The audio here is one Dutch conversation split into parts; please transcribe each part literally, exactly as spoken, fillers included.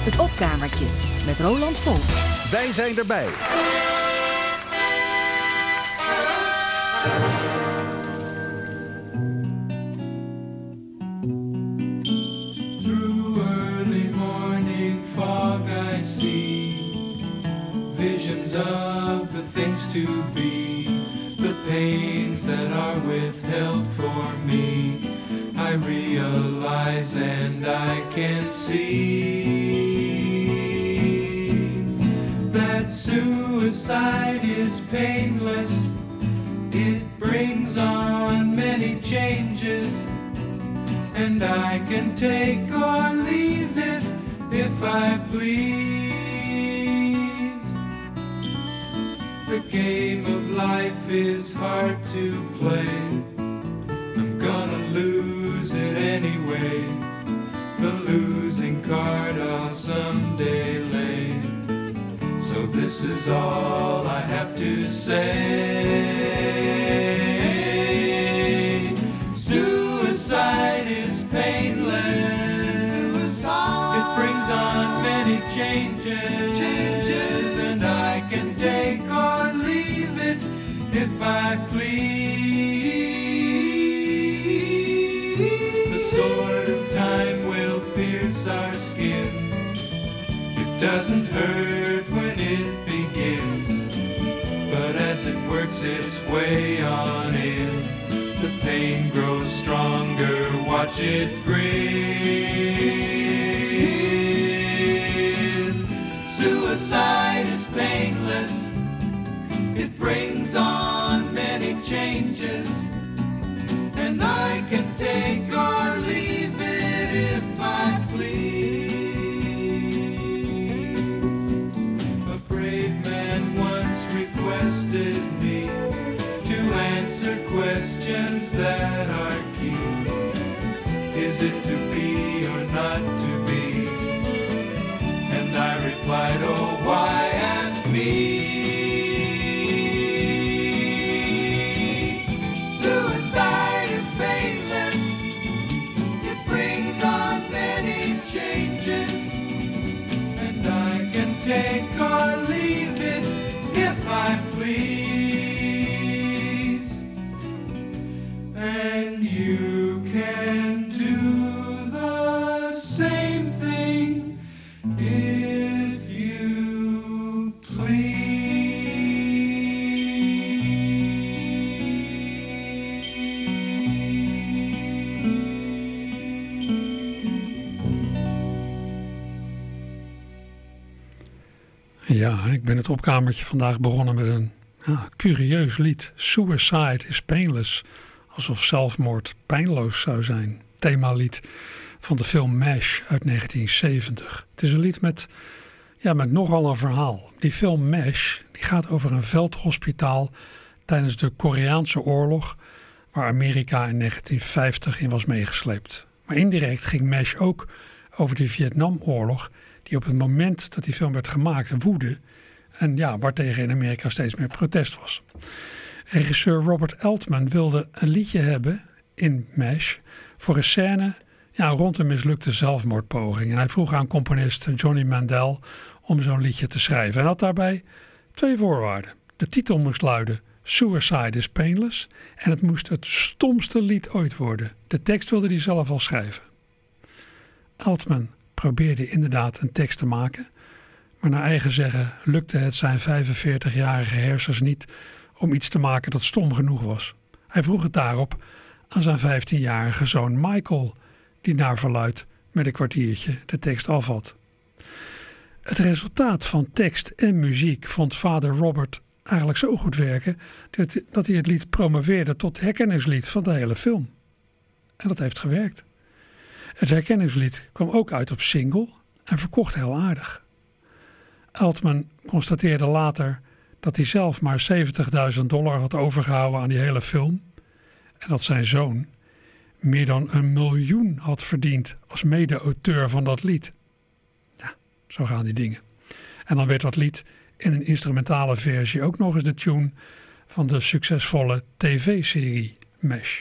Het opkamertje met Roland Volk. Wij zijn erbij. Through early morning fog I see visions of the things to be, the pains that are withheld for me. I realize and I can see that suicide is painless. It brings on many changes, and I can take or leave it if I please. The game of life is hard to play. I'm gonna lose it anyway. The losing card I'll someday lay. So this is all I have to say. Suicide is painless. Suicide. It brings on many changes. Changes. And I can take or leave it if I please. The sword of time will pierce our skins. It doesn't hurt when it begins, but as it works its way on in, the pain grows stronger, watch it grin. Suicide is painless. It brings on many changes, and I can take or leave it if I please. A brave man once requested me to answer questions that are key. Is it to be or not to be? And I replied, oh, why ask me? Suicide is painless. It brings on many changes, and I can take or leave it if I please. And you can do the same thing if you please. Ja, ik ben het opkamertje vandaag begonnen met een ja, curieus lied. Suicide is painless. Alsof zelfmoord pijnloos zou zijn. Themalied van de film MASH uit negentien zeventig. Het is een lied met, ja, met nogal een verhaal. Die film MASH die gaat over een veldhospitaal tijdens de Koreaanse oorlog, waar Amerika in negentien vijftig in was meegesleept. Maar indirect ging MASH ook over de Vietnamoorlog, die op het moment dat die film werd gemaakt woedde en ja, waartegen in Amerika steeds meer protest was. Regisseur Robert Altman wilde een liedje hebben in MASH voor een scène ja, rond een mislukte zelfmoordpoging. En hij vroeg aan componist Johnny Mandel om zo'n liedje te schrijven. En had daarbij twee voorwaarden. De titel moest luiden Suicide is painless en het moest het stomste lied ooit worden. De tekst wilde hij zelf al schrijven. Altman probeerde inderdaad een tekst te maken, maar naar eigen zeggen lukte het zijn vijfenveertigjarige hersens niet om iets te maken dat stom genoeg was. Hij vroeg het daarop aan zijn vijftienjarige zoon Michael, die naar verluidt met een kwartiertje de tekst afvat. Het resultaat van tekst en muziek vond vader Robert eigenlijk zo goed werken dat, dat hij het lied promoveerde tot herkenningslied van de hele film. En dat heeft gewerkt. Het herkenningslied kwam ook uit op single en verkocht heel aardig. Altman constateerde later dat hij zelf maar zeventigduizend dollar had overgehouden aan die hele film en dat zijn zoon meer dan een miljoen had verdiend als mede-auteur van dat lied. Ja, zo gaan die dingen. En dan werd dat lied in een instrumentale versie ook nog eens de tune van de succesvolle tv-serie MASH.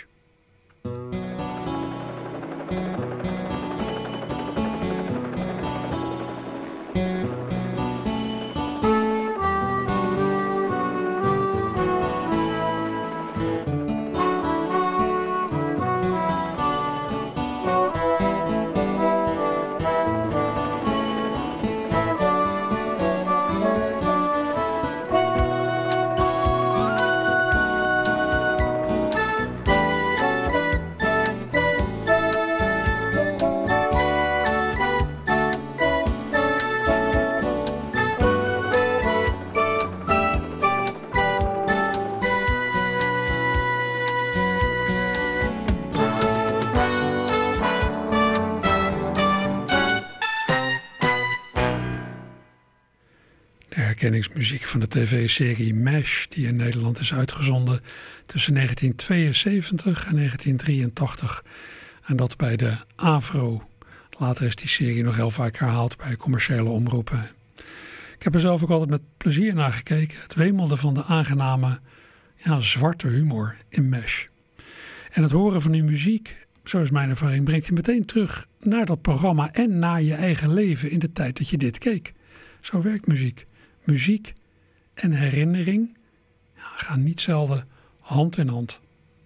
herkenningsmuziek van de tv-serie MASH, die in Nederland is uitgezonden tussen negentien tweeënzeventig en negentien drieëntachtig. En dat bij de AVRO. Later is die serie nog heel vaak herhaald bij commerciële omroepen. Ik heb er zelf ook altijd met plezier naar gekeken. Het wemelde van de aangename, ja, zwarte humor in MASH. En het horen van die muziek, zo is mijn ervaring, brengt je meteen terug naar dat programma en naar je eigen leven in de tijd dat je dit keek. Zo werkt muziek. Muziek en herinnering, ja, gaan niet zelden hand in hand.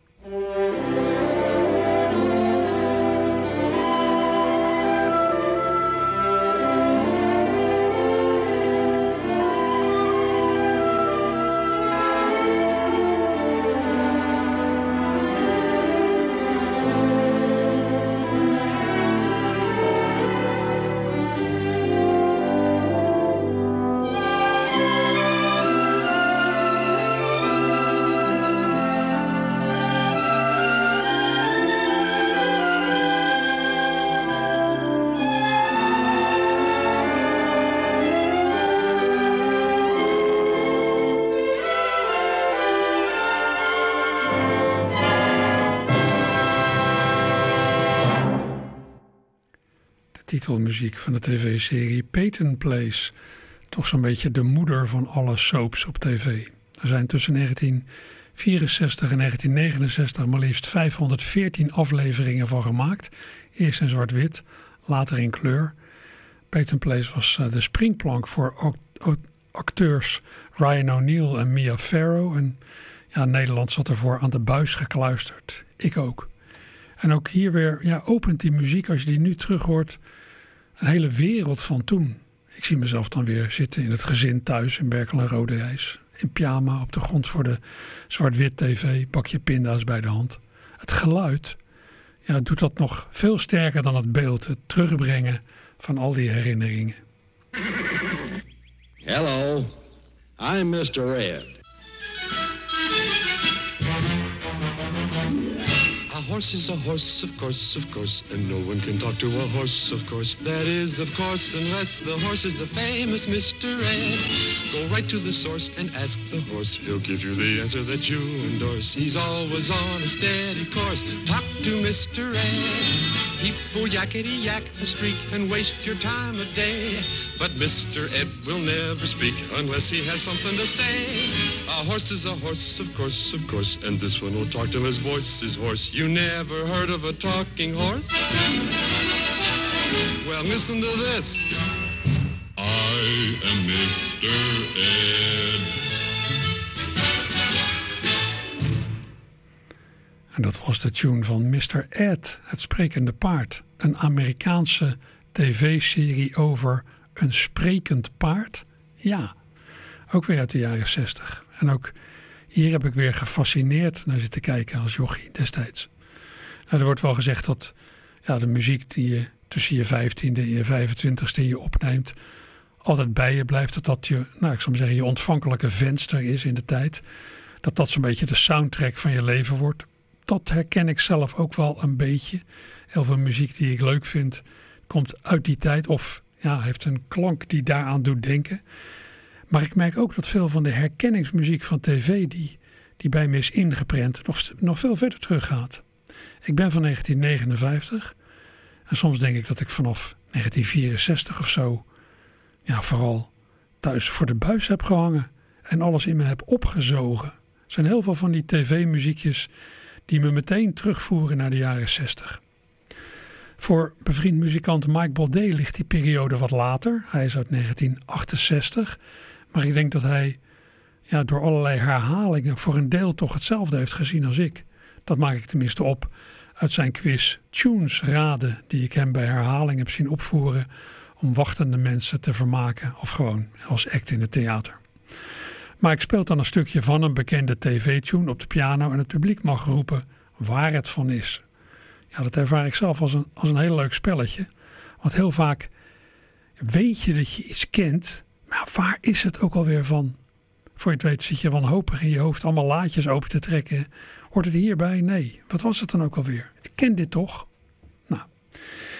Titelmuziek van de tv-serie Peyton Place. Toch zo'n beetje de moeder van alle soaps op tv. Er zijn tussen negentien vierenzestig en negentien negenenzestig maar liefst vijfhonderdveertien afleveringen van gemaakt. Eerst in zwart-wit, later in kleur. Peyton Place was uh, de springplank voor acteurs Ryan O'Neal en Mia Farrow. En ja, Nederland zat ervoor aan de buis gekluisterd. Ik ook. En ook hier weer, ja, opent die muziek, als je die nu terug hoort, een hele wereld van toen. Ik zie mezelf dan weer zitten in het gezin thuis in Berkel en Roderijs. In pyjama op de grond voor de zwart-wit tv, bakje pinda's bij de hand. Het geluid, ja, doet dat nog veel sterker dan het beeld. Het terugbrengen van al die herinneringen. Hello, I'm mister Ed. A horse is a horse, of course, of course, and no one can talk to a horse, of course. That is, of course, unless the horse is the famous mister Ed. Go right to the source and ask the horse. He'll give you the answer that you endorse. He's always on a steady course. Talk to mister Ed. People yakety yak a streak and waste your time a day. But mister Ed will never speak unless he has something to say. A horse is a horse, of course, of course, and this one will talk till his voice is hoarse. You never heard of a talking horse? Well, listen to this. I am mister Ed. En dat was de tune van mister Ed, het sprekende paard. Een Amerikaanse tv-serie over een sprekend paard. Ja, ook weer uit de jaren zestig. En ook hier heb ik weer gefascineerd naar zitten kijken als jochie destijds. Nou, er wordt wel gezegd dat ja, de muziek die je tussen je vijftiende en je vijfentwintigste je opneemt, altijd bij je blijft. Dat dat je, nou, ik zou maar zeggen, je ontvankelijke venster is in de tijd. Dat dat zo'n beetje de soundtrack van je leven wordt. Dat herken ik zelf ook wel een beetje. Heel veel muziek die ik leuk vind, komt uit die tijd of ja, heeft een klank die daaraan doet denken. Maar ik merk ook dat veel van de herkenningsmuziek van tv die, die bij me is ingeprent, nog, nog veel verder teruggaat. Ik ben van negentien negenenvijftig en soms denk ik dat ik vanaf negentien vierenzestig of zo ja, vooral thuis voor de buis heb gehangen en alles in me heb opgezogen. Er zijn heel veel van die tv-muziekjes die me meteen terugvoeren naar de jaren zestig. Voor bevriend muzikant Mike Baudet ligt die periode wat later. Hij is uit negentien achtenzestig. Maar ik denk dat hij ja, door allerlei herhalingen voor een deel toch hetzelfde heeft gezien als ik. Dat maak ik tenminste op uit zijn quiz Tunes raden, die ik hem bij herhaling heb zien opvoeren om wachtende mensen te vermaken of gewoon als act in het theater. Maar ik speel dan een stukje van een bekende tv-tune op de piano en het publiek mag roepen waar het van is. Ja, dat ervaar ik zelf als een, als een heel leuk spelletje. Want heel vaak weet je dat je iets kent, maar waar is het ook alweer van? Voor je het weet zit je wanhopig in je hoofd allemaal laadjes open te trekken. Hoort het hierbij? Nee. Wat was het dan ook alweer? Ik ken dit toch? Nou,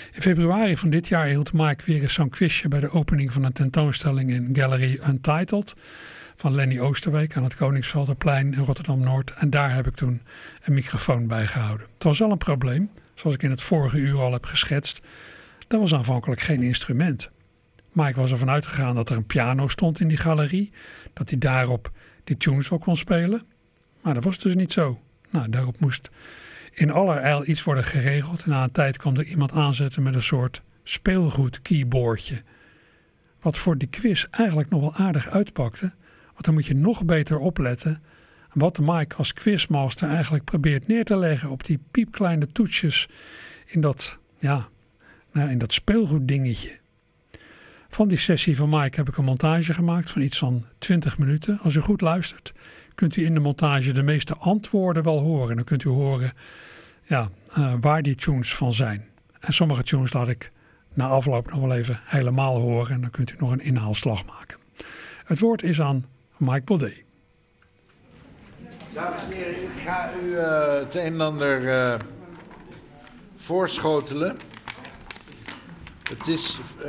In februari van dit jaar hield Mike weer eens zo'n quizje bij de opening van een tentoonstelling in Gallery Untitled van Lenny Oosterweek aan het Koningsvelderplein in Rotterdam-Noord. En daar heb ik toen een microfoon bij gehouden. Het was al een probleem, zoals ik in het vorige uur al heb geschetst. Er was aanvankelijk geen instrument. Mike was ervan uitgegaan dat er een piano stond in die galerie, dat hij daarop die tunes wel kon spelen. Maar dat was dus niet zo. Nou, daarop moest in allerijl iets worden geregeld. En na een tijd kwam er iemand aanzetten met een soort speelgoed keyboardje. Wat voor die quiz eigenlijk nog wel aardig uitpakte. Want dan moet je nog beter opletten wat Mike als quizmaster eigenlijk probeert neer te leggen op die piepkleine toetsjes in dat, ja, nou, in dat speelgoeddingetje. Van die sessie van Mike heb ik een montage gemaakt van iets van twintig minuten. Als u goed luistert, kunt u in de montage de meeste antwoorden wel horen. Dan kunt u horen ja, uh, waar die tunes van zijn. En sommige tunes laat ik na afloop nog wel even helemaal horen. En dan kunt u nog een inhaalslag maken. Het woord is aan Mike Baudet. Dames en heren, ik ga u uh, het een en ander uh, voorschotelen. Het is... Uh,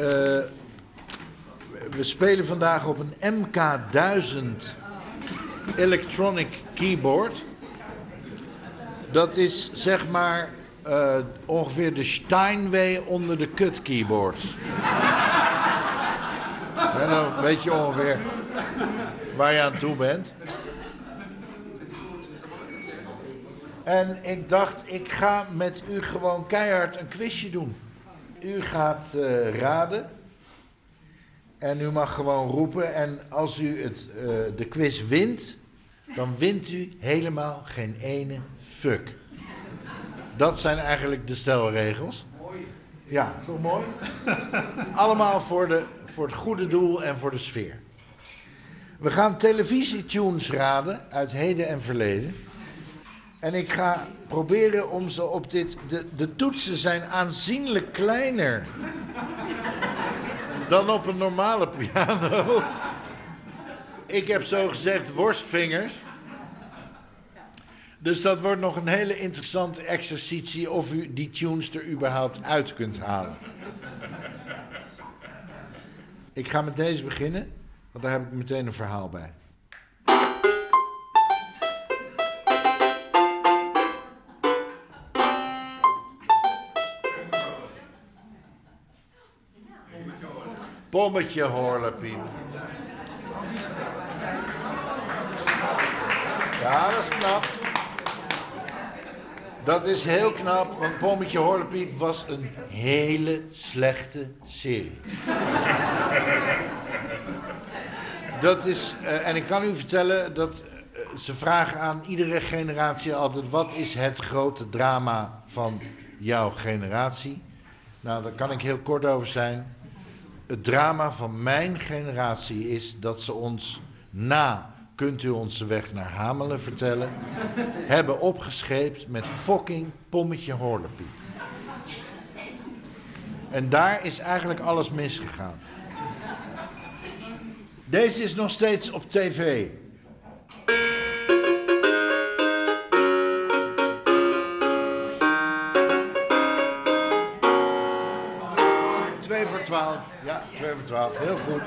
we spelen vandaag op een M K duizend Electronic Keyboard. Dat is zeg maar uh, ongeveer de Steinway onder de cut keyboards. En dan weet je ongeveer waar je aan toe bent. En ik dacht, ik ga met u gewoon keihard een quizje doen. U gaat uh, raden. En u mag gewoon roepen. En als u het, uh, de quiz wint, dan wint u helemaal geen ene fuck. Dat zijn eigenlijk de stelregels. Mooi. Ja, toch mooi? Allemaal voor, de, voor het goede doel en voor de sfeer. We gaan televisietunes raden uit heden en verleden. En ik ga proberen om ze op dit... De, de toetsen zijn aanzienlijk kleiner dan op een normale piano. Ik heb zo gezegd worstvingers. Dus dat wordt nog een hele interessante exercitie of u die tunes er überhaupt uit kunt halen. Ik ga met deze beginnen, want daar heb ik meteen een verhaal bij. Pommetje horlepiep. Ja, dat is knap. Dat is heel knap, want Pommetje horlepiep was een hele slechte serie. Dat is, uh, en ik kan u vertellen dat uh, ze vragen aan iedere generatie altijd: wat is het grote drama van jouw generatie? Nou, daar kan ik heel kort over zijn. Het drama van mijn generatie is dat ze ons na Kunt u ons de weg naar Hamelen vertellen, hebben opgescheept met fucking Pommetje horlepiep. En daar is eigenlijk alles misgegaan. Deze is nog steeds op tv. Twee voor twaalf. Ja, twee voor twaalf. Heel goed.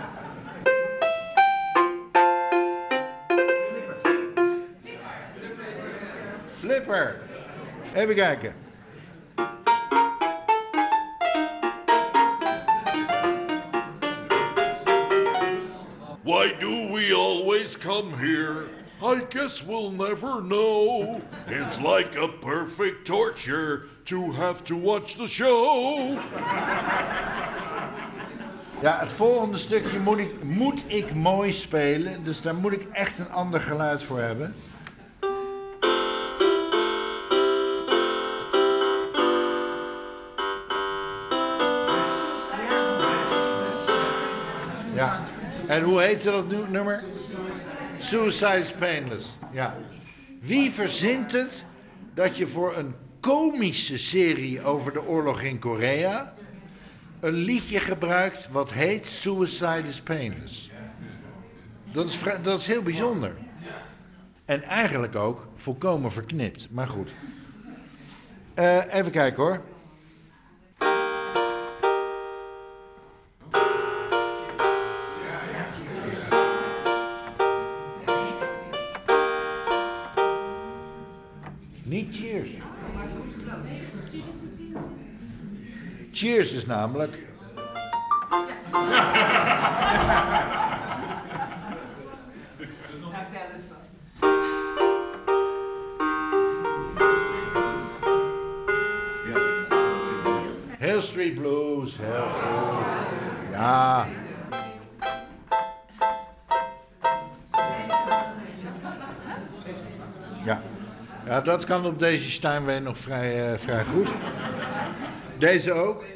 Flipper. Even kijken. Why do we always come here? I guess we'll never know. It's like a perfect torture to have to watch the show. Ja, het volgende stukje moet ik, moet ik mooi spelen, dus daar moet ik echt een ander geluid voor hebben. Ja, en hoe heette dat nu, nummer? Suicide is Painless. Ja. Wie verzint het dat je voor een komische serie over de oorlog in Korea een liedje gebruikt wat heet Suicide is Painless? Dat is, dat is heel bijzonder. En eigenlijk ook volkomen verknipt, maar goed. Uh, even kijken hoor. Cheers is namelijk... Hill Street Blues, heel goed. Ja. Ja. Ja, dat kan op deze Steinway nog vrij, uh, vrij goed. Deze ook.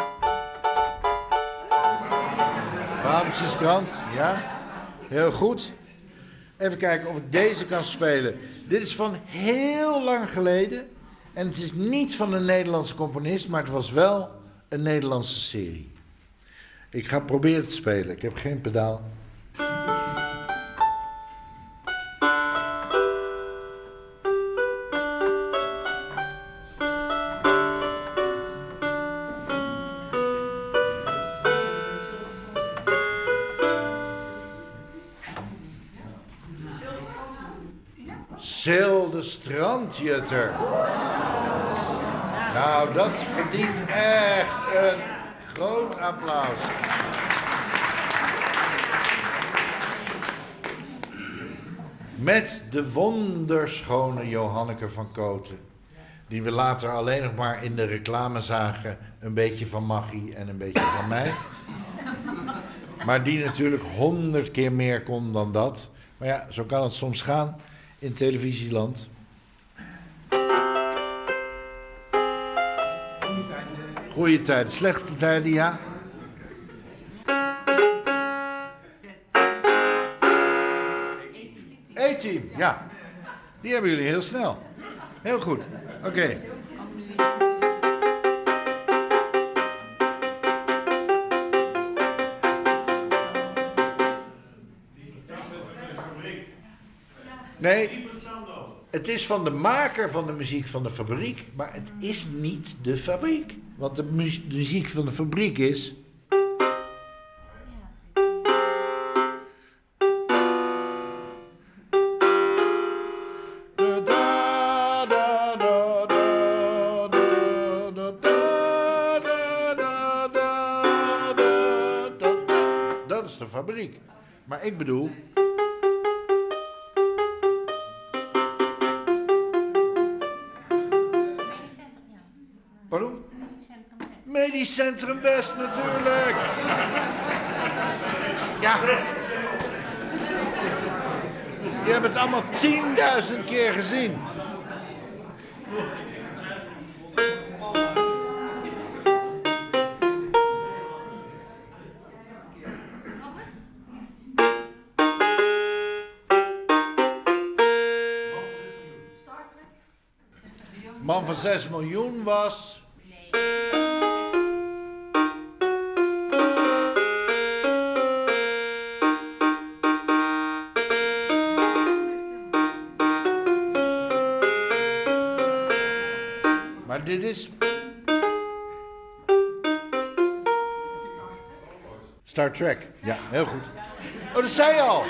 Fabeltjeskrant, ja. Heel goed. Even kijken of ik deze kan spelen. Dit is van heel lang geleden. En het is niet van een Nederlandse componist, maar het was wel een Nederlandse serie. Ik ga proberen te spelen. Ik heb geen pedaal. Sil de Strandjutter. Nou, dat verdient echt een groot applaus. Met de wonderschone Johanneke van Cooten. Die we later alleen nog maar in de reclame zagen. Een beetje van Maggie en een beetje van mij. Maar die natuurlijk honderd keer meer kon dan dat. Maar ja, zo kan het soms gaan in televisieland. Goeie tijden, slechte tijden, ja. A-team, ja. Die hebben jullie heel snel. Heel goed, oké. Okay. Nee, het is van de maker van de muziek van de fabriek, maar het is niet de fabriek. Want de mu- de muziek van de fabriek is... Dat is de fabriek. Maar ik bedoel... Pardon? Medisch Centrum West natuurlijk. Ja. Je hebt het allemaal tienduizend keer gezien. Man van zes miljoen was... Maar dit is... Star Trek. Ja, heel goed. Oh, dat zei je al.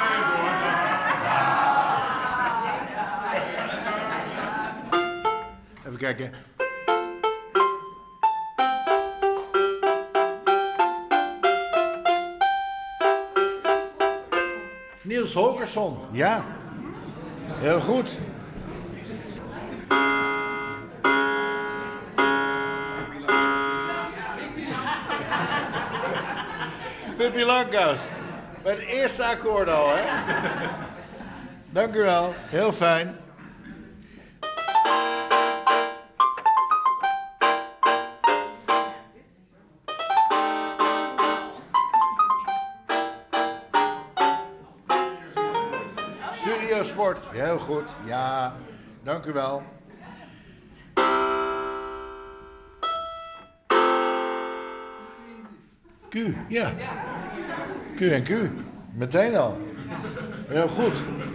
Even kijken. Niels Holgersson. Ja. Heel goed. Pippi Langkous. Bij het eerste akkoord al, hè? Dank u wel. Heel fijn. Studio Sport. Heel goed. Ja, dank u wel. Q, ja. Q en Q. Meteen al. Heel goed.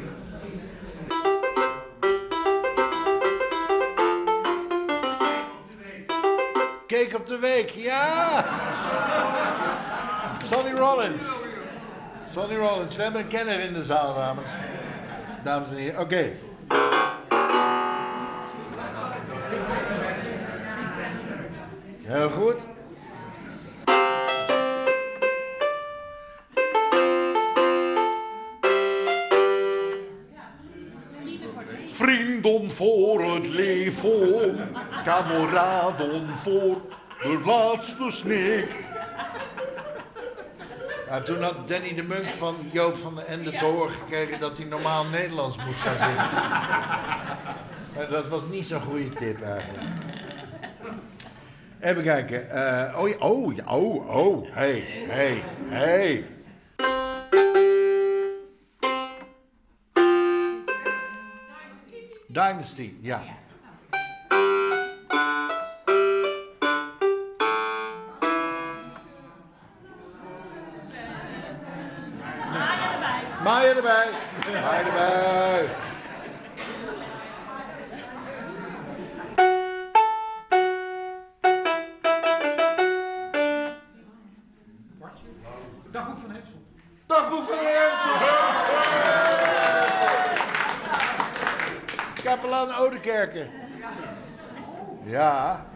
Cake op de week, ja! Sonny Rollins. Sonny Rollins. We hebben een kenner in de zaal, dames, dames en heren. Oké. Okay. Heel goed. Vrienden voor het leven, kameraden voor de laatste snik. Ja, toen had Danny de Munk van Joop van den Ende te horen gekregen dat hij normaal Nederlands moest gaan zingen. Maar dat was niet zo'n goede tip eigenlijk. Even kijken. Uh, oh, ja, oh, ja, oh, oh, hey, hey, hey. Dynasty, ja. Maya erbij. Maya erbij. Dagboek van Hemsel. Dagboek van Hemsel. Kapelaan Oudekerke. Ja.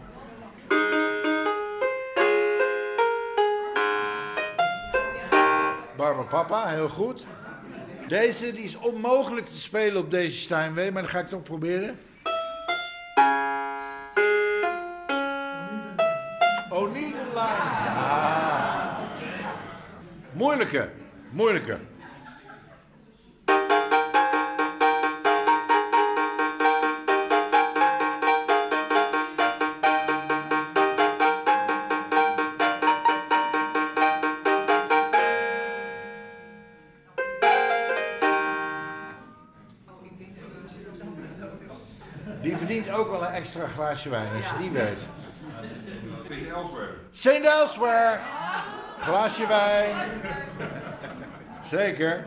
Barber Papa, heel goed. Deze die is onmogelijk te spelen op deze Steinway, maar dat ga ik toch proberen. Oh, niet een lijn. Ja. Moeilijke, moeilijke. Die verdient ook wel een extra glaasje wijn, als je die weet. Saint Elsewhere. Glaasje wijn. Zeker.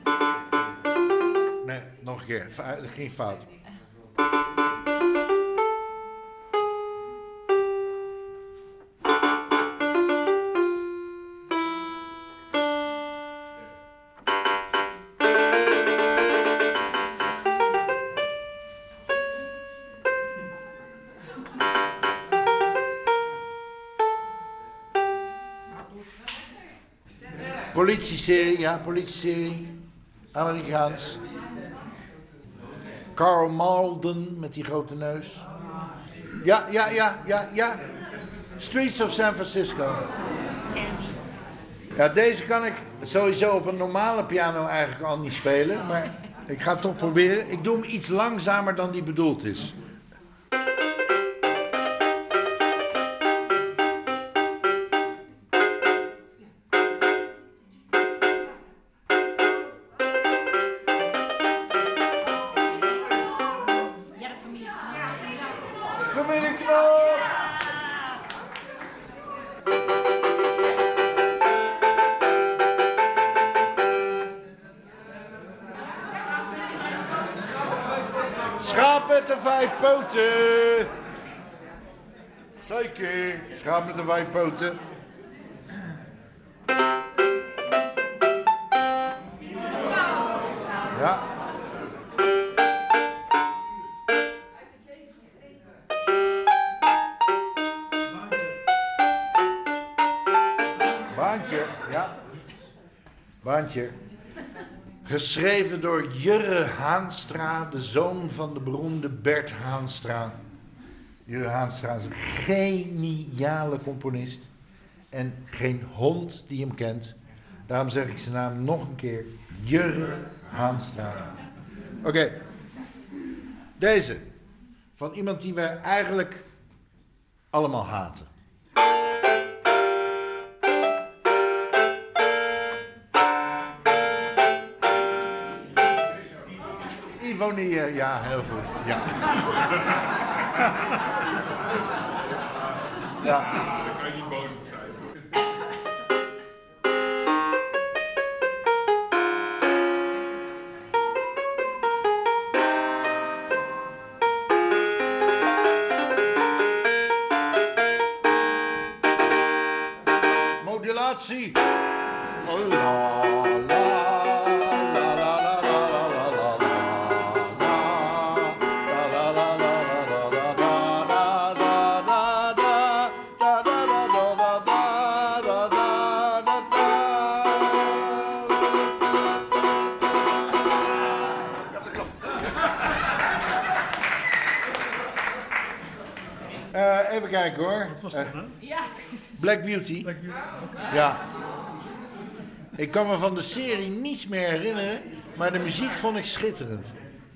Nee, nog een keer. Dat ging fout. Politieserie, ja, politieserie. Amerikaans. Carl Malden met die grote neus. Ja, ja, ja, ja, ja. Streets of San Francisco. Ja, deze kan ik sowieso op een normale piano eigenlijk al niet spelen. Maar ik ga het toch proberen. Ik doe hem iets langzamer dan die bedoeld is. Schaap met de vijf poten. Zeker. Schaap met de vijf poten. Ja. Baantje, ja. Baantje. Geschreven door Jurre Haanstra, de zoon van de beroemde Bert Haanstra. Jurre Haanstra is een geniale componist. En geen hond die hem kent. Daarom zeg ik zijn naam nog een keer. Jurre Haanstra. Oké. Okay. Deze. Van iemand die wij eigenlijk allemaal haten. Ivonie, ja, heel goed. Ja. Ja. Daar kan je niet boos op zijn. Modulatie. Oh, la, la. even kijken hoor. Wat was Uh, dat, hè? Black Beauty. Black Beauty. Ja. Ik kan me van de serie niets meer herinneren, maar de muziek vond ik schitterend.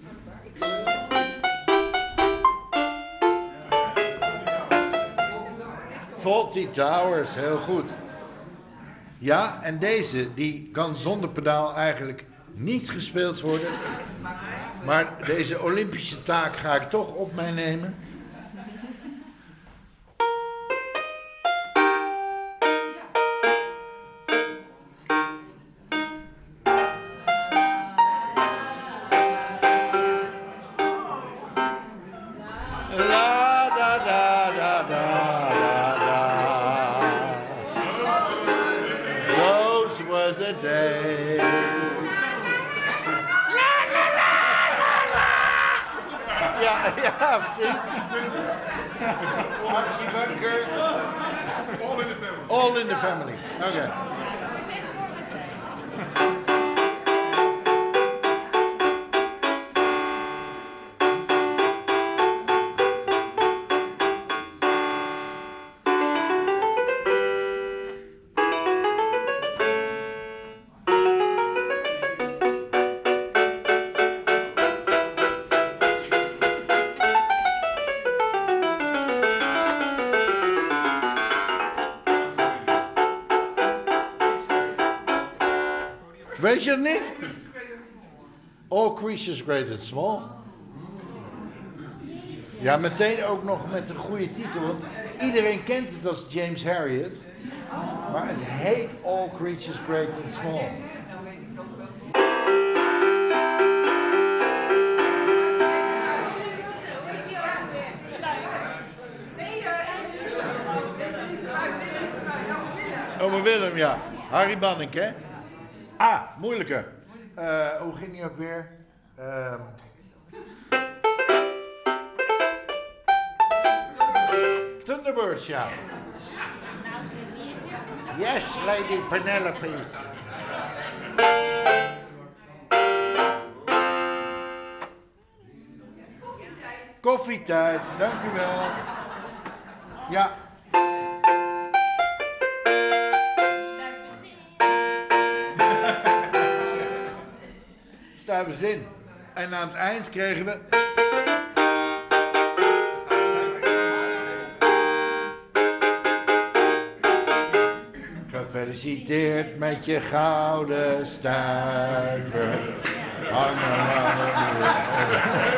Fawlty Towers, heel goed. Ja, en deze, die kan zonder pedaal eigenlijk niet gespeeld worden. Maar deze Olympische taak ga ik toch op mij nemen. La da da da da da da. Those were the days. La la la la la. Ja, ja, precies. Archie Bunker. All in the family. All in the family. Oké. Okay. Weet je het niet? All creatures great and small. Ja, meteen ook nog met een goede titel, want iedereen kent het als James Herriot. Maar het heet All Creatures Great and Small. Ome Willem, ja. Harry Bannink, hè? Ah, moeilijke. Uh, hoe ging die ook weer? Uh... Thunderbirds, ja. Yes, Lady Penelope. Koffietijd, dank u wel. Ja. Stuiverzin. En aan het eind kregen we... Gefeliciteerd met je gouden stuiver. Hangen aan de muur.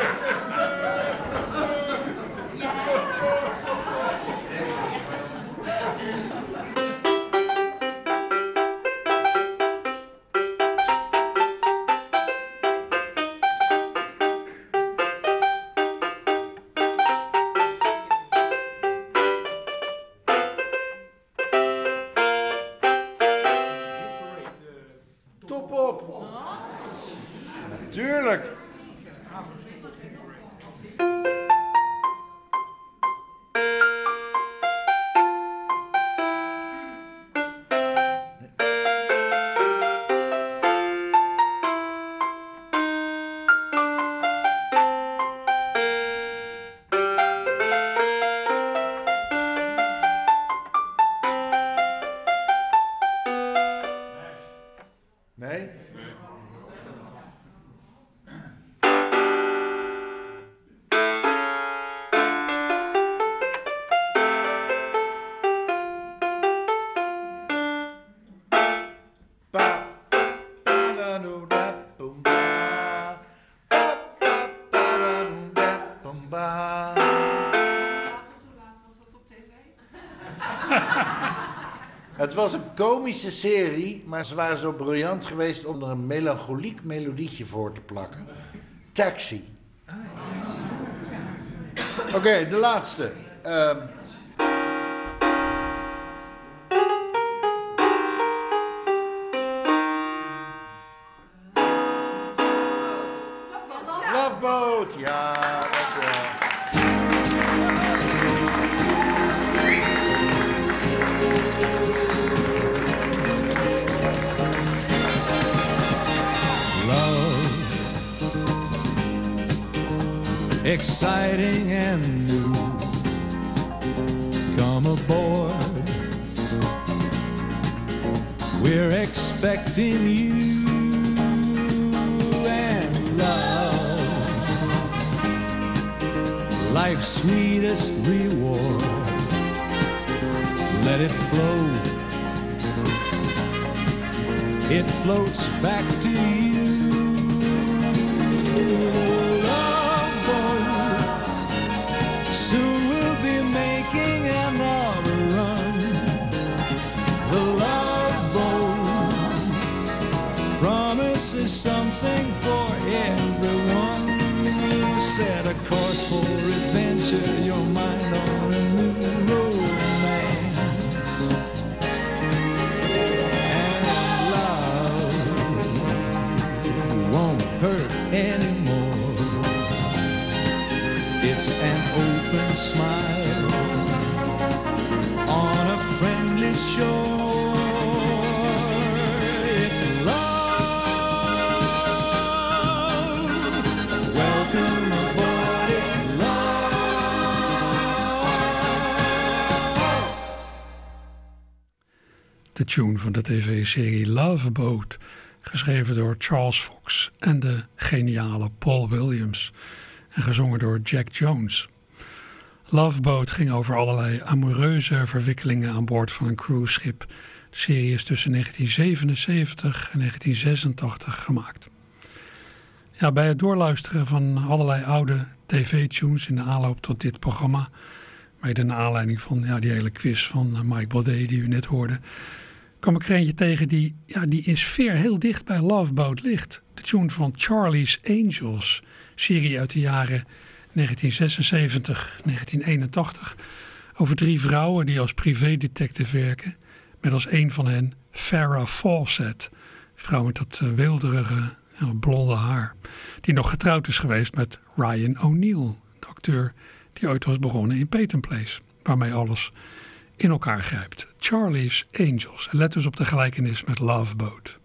Top op. Natuurlijk. Nee? Pa, pa, pa, da, do, da, boom, ba. Pa, pa, pa, da, do, da, boom, ba. Het was een komische serie, maar ze waren zo briljant geweest om er een melancholiek melodietje voor te plakken. Taxi. Oké, okay, de laatste. Um, Love Boat, ja, dankjewel. Exciting and new, aboard. We're expecting you and love, life's sweetest reward. Let it flow, it floats back to you. The love boat, soon we'll be making another run. The love boat promises something for everyone. Set a course for adventure, your mind on a new romance. And love won't hurt anymore. It's an open smile on a friendly shore. It's love. Welcome aboard, it's love. De tune van de tv-serie Love Boat, geschreven door Charles Fox en de geniale Paul Williams en gezongen door Jack Jones. Love Boat ging over allerlei amoureuze verwikkelingen aan boord van een cruiseschip. De serie is tussen negentien zevenenzeventig en negentien zesentachtig gemaakt. Ja, bij het doorluisteren van allerlei oude tv-tunes in de aanloop tot dit programma, mede naar aanleiding van ja, die hele quiz van Mike Baudet die u net hoorde, kwam ik er eentje tegen die, ja, die in sfeer heel dicht bij Love Boat ligt. De tune van Charlie's Angels, serie uit de jaren negentien zesenzeventig, negentien eenentachtig, over drie vrouwen die als privédetective werken, met als een van hen Farrah Fawcett, vrouw met dat uh, weelderige ja, blonde haar, die nog getrouwd is geweest met Ryan O'Neal, de acteur die ooit was begonnen in Peyton Place, waarmee alles in elkaar grijpt. Charlie's Angels. En let dus op de gelijkenis met Love Boat.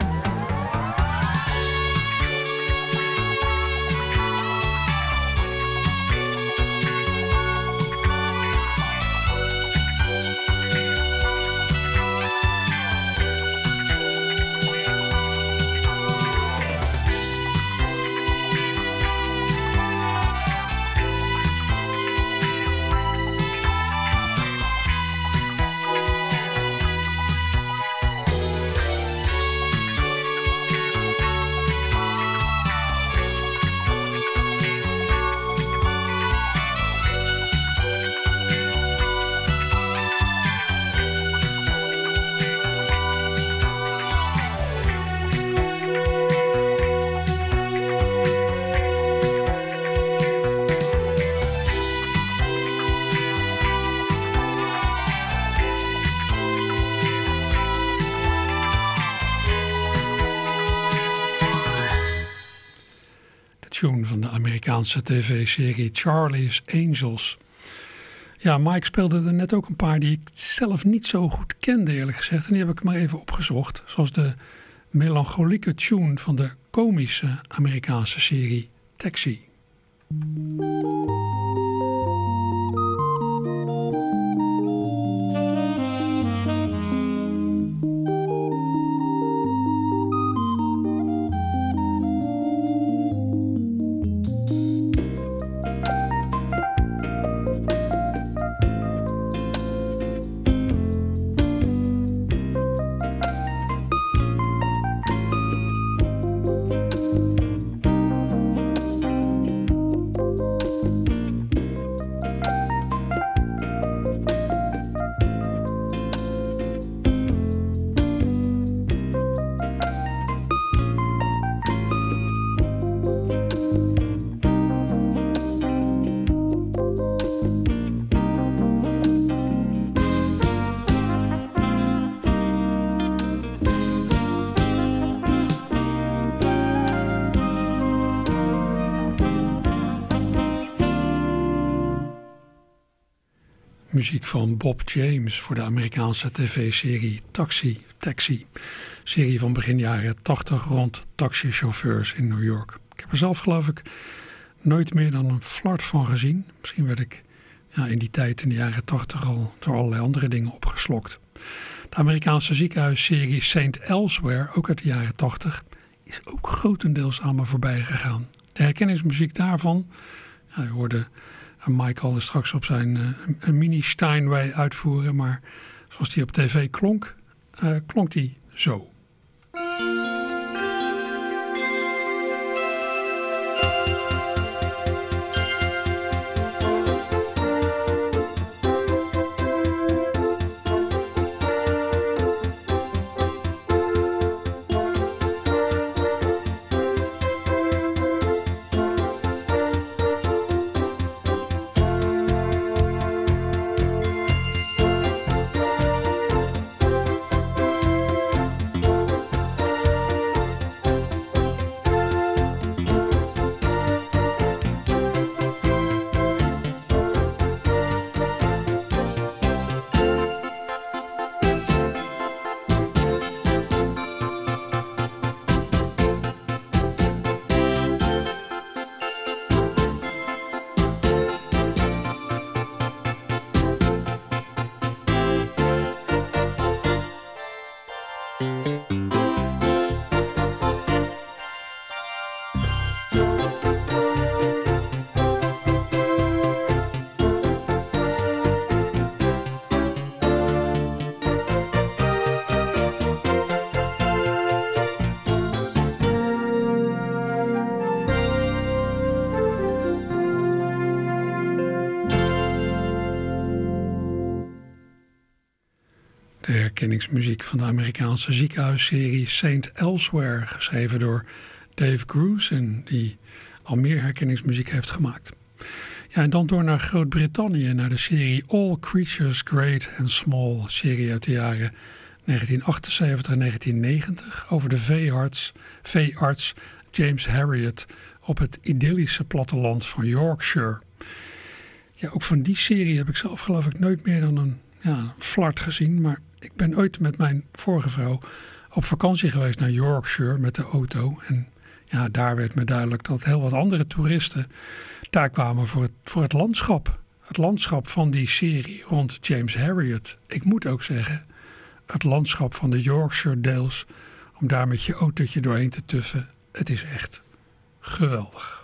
Tune van de Amerikaanse tv-serie Charlie's Angels. Ja, Mike speelde er net ook een paar die ik zelf niet zo goed kende, eerlijk gezegd. En die heb ik maar even opgezocht. Zoals de melancholieke tune van de komische Amerikaanse serie Taxi. Muziek van Bob James voor de Amerikaanse tv-serie Taxi, Taxi. Serie van begin jaren tachtig rond taxichauffeurs in New York. Ik heb er zelf geloof ik nooit meer dan een flart van gezien. Misschien werd ik ja, in die tijd, in de jaren tachtig, al door allerlei andere dingen opgeslokt. De Amerikaanse ziekenhuisserie Saint Elsewhere, ook uit de jaren tachtig, is ook grotendeels aan me voorbij gegaan. De herkenningsmuziek daarvan, ja, je hoorde Michael straks op zijn uh, een mini Steinway uitvoeren, maar zoals die op tv klonk, uh, klonk die zo. De herkenningsmuziek van de Amerikaanse ziekenhuisserie Saint Elsewhere, geschreven door Dave Grusin, die al meer herkenningsmuziek heeft gemaakt. Ja, en dan door naar Groot-Brittannië, naar de serie All Creatures Great and Small, serie uit de jaren negentien achtenzeventig en negentien negentig, over de veearts, veearts James Herriot op het idyllische platteland van Yorkshire. Ja, ook van die serie heb ik zelf geloof ik nooit meer dan een ja, flart gezien, maar ik ben ooit met mijn vorige vrouw op vakantie geweest naar Yorkshire met de auto. En ja, daar werd me duidelijk dat heel wat andere toeristen daar kwamen voor het, voor het landschap. Het landschap van die serie rond James Herriot. Ik moet ook zeggen, het landschap van de Yorkshire Dales, om daar met je autootje doorheen te tuffen. Het is echt geweldig.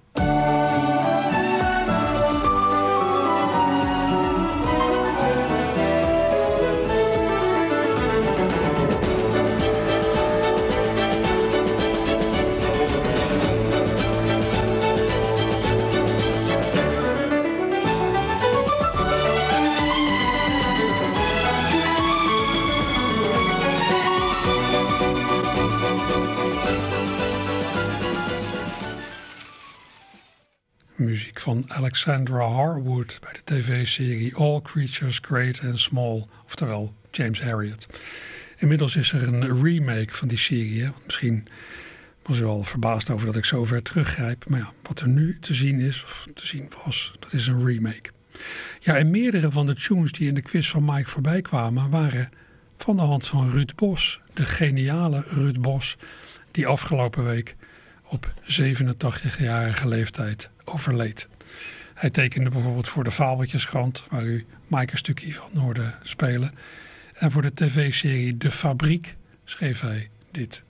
Muziek van Alexandra Harwood bij de tv-serie All Creatures Great and Small, oftewel James Herriot. Inmiddels is er een remake van die serie. Hè? Misschien was u al verbaasd over dat ik zo ver teruggrijp. Maar ja, wat er nu te zien is, of te zien was, dat is een remake. Ja, en meerdere van de tunes die in de quiz van Mike voorbij kwamen, waren van de hand van Ruud Bos. De geniale Ruud Bos, die afgelopen week op zevenentachtigjarige leeftijd overleed. Hij tekende bijvoorbeeld voor de Fabeltjeskrant, waar u Mike een stukje van hoorde spelen. En voor de tv-serie De Fabriek schreef hij dit.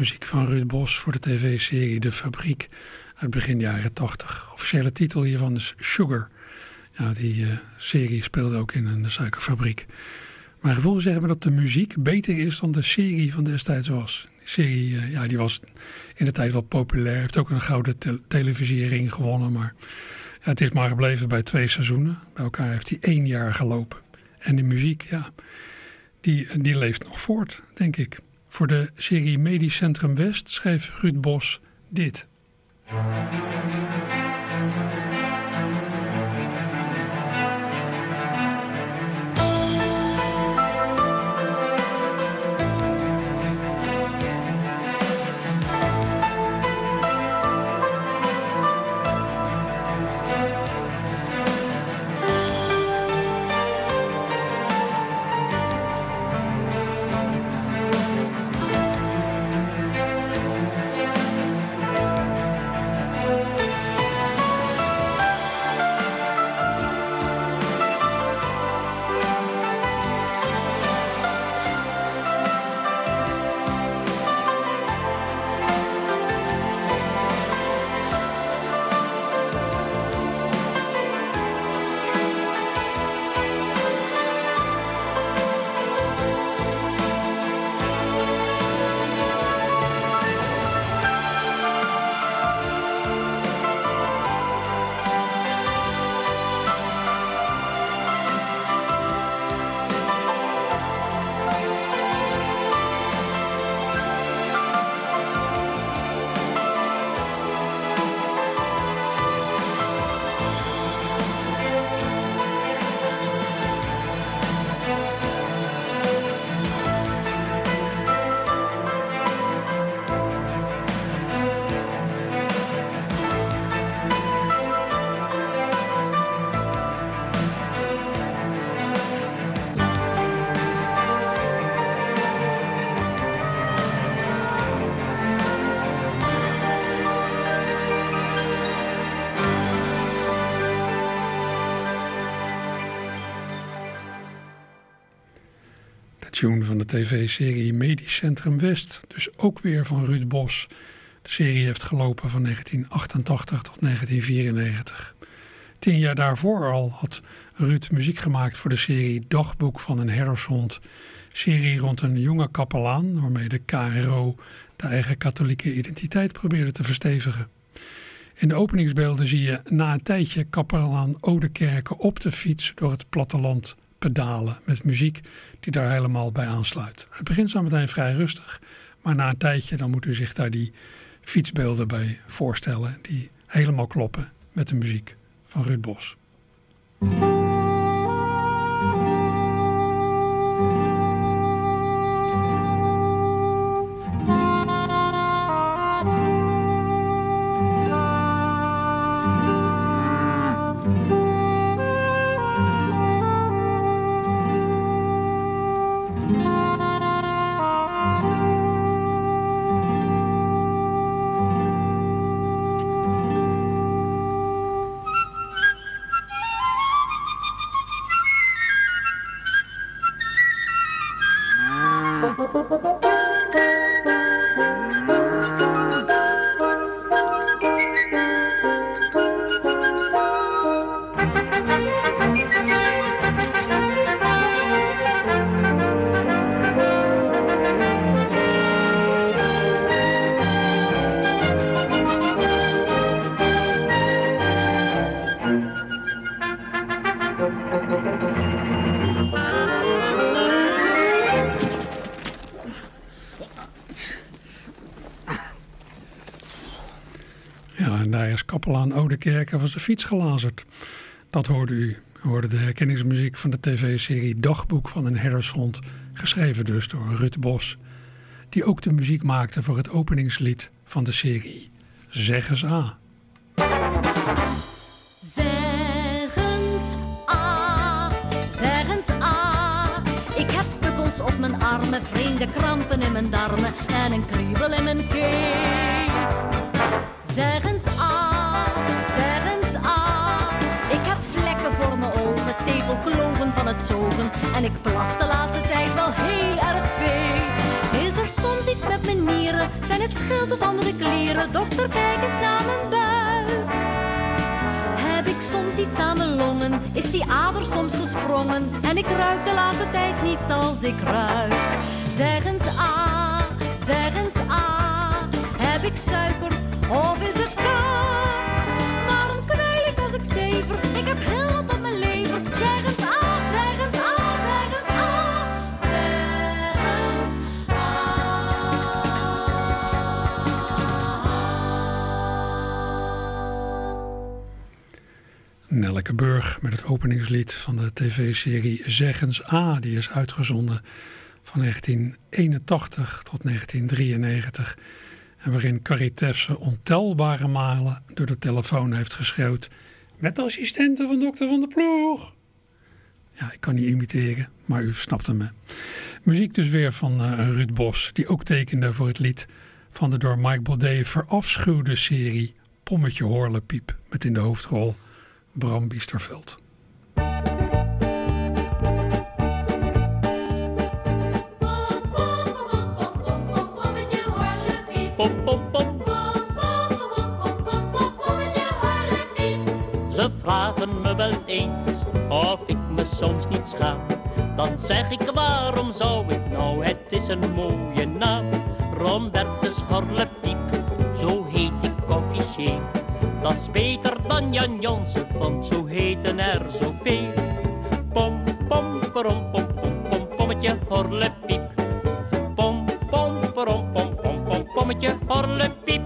muziek van Ruud Bos voor de tv-serie De Fabriek uit begin jaren tachtig. Officiële titel hiervan is Sugar. Ja, die uh, serie speelde ook in een suikerfabriek. Mijn gevoel zeggen me dat de muziek beter is dan de serie van destijds was. Die serie uh, ja, die was in de tijd wel populair. Heeft ook een gouden te- televisiering gewonnen. Maar ja, het is maar gebleven bij twee seizoenen. Bij elkaar heeft hij één jaar gelopen. En de muziek, ja, die, die leeft nog voort, denk ik. Voor de serie Medisch Centrum West schreef Ruud Bos dit. Tune van de tv-serie Medisch Centrum West. Dus ook weer van Ruud Bos. De serie heeft gelopen van negentien achtentachtig tot negentien vierennegentig. Tien jaar daarvoor al had Ruud muziek gemaakt voor de serie Dagboek van een herdershond. Serie rond een jonge kapelaan waarmee de K R O de eigen katholieke identiteit probeerde te verstevigen. In de openingsbeelden zie je na een tijdje kapelaan Oudekerke op de fiets door het platteland pedalen met muziek die daar helemaal bij aansluit. Het begint zo meteen vrij rustig, maar na een tijdje dan moet u zich daar die fietsbeelden bij voorstellen die helemaal kloppen met de muziek van Ruud Bos. Kapelaan Oudekerke was de fiets gelazerd. Dat hoorde u. U hoorde de herkenningsmuziek van de tv-serie Dagboek van een herdershond, geschreven dus door Ruud Bos, die ook de muziek maakte voor het openingslied van de serie. Zeg eens A. Zeg eens A, zeg eens A. Ik heb pukkels op mijn armen, vreemde krampen in mijn darmen en een kriebel in mijn keel. Zeg eens A, zeg eens A. Ik heb vlekken voor mijn ogen, tepelkloven van het zogen. En ik plas de laatste tijd wel heel erg veel. Is er soms iets met mijn nieren? Zijn het schild of andere kleren? Dokter, kijk eens naar mijn buik. Heb ik soms iets aan mijn longen? Is die ader soms gesprongen? En ik ruik de laatste tijd niet zoals ik ruik. Zeg eens ah, zeg eens ah. Heb ik suiker of is het K? Waarom kwijl ik als ik zever? Ik heb heel wat op mijn lever. Zeg eens ah, zeg eens ah, zeg eens ah. Zeg eens ah. Nelleke Burg met het openingslied van de tv-serie Zeg eens A. Die is uitgezonden van negentien eenentachtig tot negentien drieënnegentig. En waarin Carrie Tefse ontelbare malen door de telefoon heeft geschreeuwd: met de assistente van dokter Van der Ploeg. Ja, ik kan niet imiteren, maar u snapt hem. Hè. Muziek dus weer van uh, Ruud Bos, die ook tekende voor het lied van de door Mike Baudet verafschuwde serie Pommetje Horlepiep, met in de hoofdrol Bram Biesterveld. Pom, pom, pom. Ze vragen me wel eens of ik me soms niet schaam. Dan zeg ik, waarom zou ik nou, het is een mooie naam. Rombertus Horlepiep, zo heet ik officieel. Dat is beter dan Jan Jansen, want zo heten er zoveel. Pom, pom, pom, pom, pom, pom, pommetje Horlepiep. Pom, pom, pom, pom, pom, pom, pommetje Horlepiep.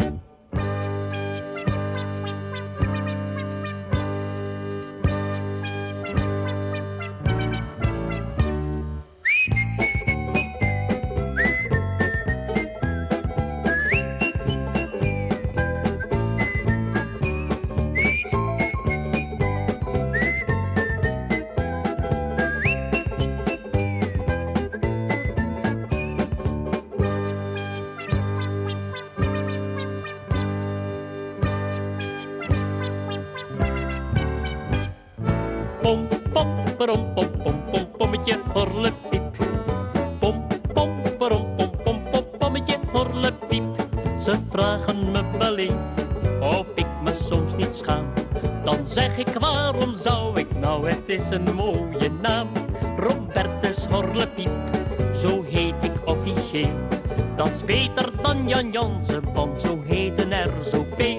Pom, pom, pom, pom, pom, pom, pommetje Horlepiep. Pom, pom, pom, pom, pom, pom, pommetje Horlepiep. Ze vragen me wel eens of ik me soms niet schaam. Dan zeg ik, waarom zou ik nou, het is een mooie naam. Rombertus Horlepiep, zo heet ik officieel. Dat is beter dan Jan Jansen, want zo heten er zoveel.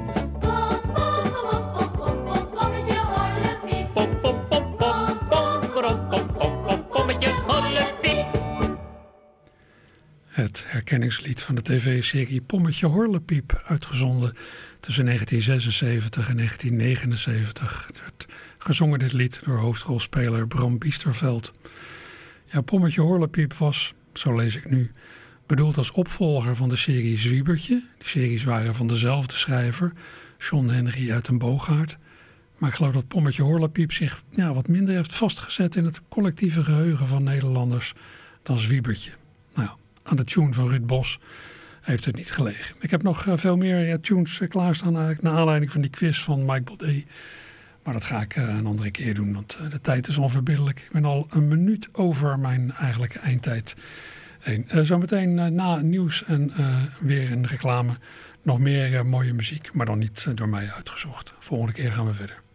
Het herkenningslied van de tv-serie Pommetje Horlepiep, uitgezonden tussen negentien zesenzeventig en negentien negenenzeventig. Het werd gezongen, dit lied, door hoofdrolspeler Bram Biesterveld. Ja, Pommetje Horlepiep was, zo lees ik nu, bedoeld als opvolger van de serie Zwiebertje. Die series waren van dezelfde schrijver, John Henry uit den Boogaard. Maar ik geloof dat Pommetje Horlepiep zich ja, wat minder heeft vastgezet in het collectieve geheugen van Nederlanders dan Zwiebertje. Nou, aan de tune van Ruud Bos heeft het niet gelegen. Ik heb nog uh, veel meer ja, tunes uh, klaarstaan eigenlijk naar aanleiding van die quiz van Mike Baudet. Maar dat ga ik uh, een andere keer doen, want uh, de tijd is onverbiddelijk. Ik ben al een minuut over mijn eigenlijke eindtijd heen. Uh, zometeen uh, na nieuws en uh, weer een reclame nog meer uh, mooie muziek, maar dan niet uh, door mij uitgezocht. Volgende keer gaan we verder.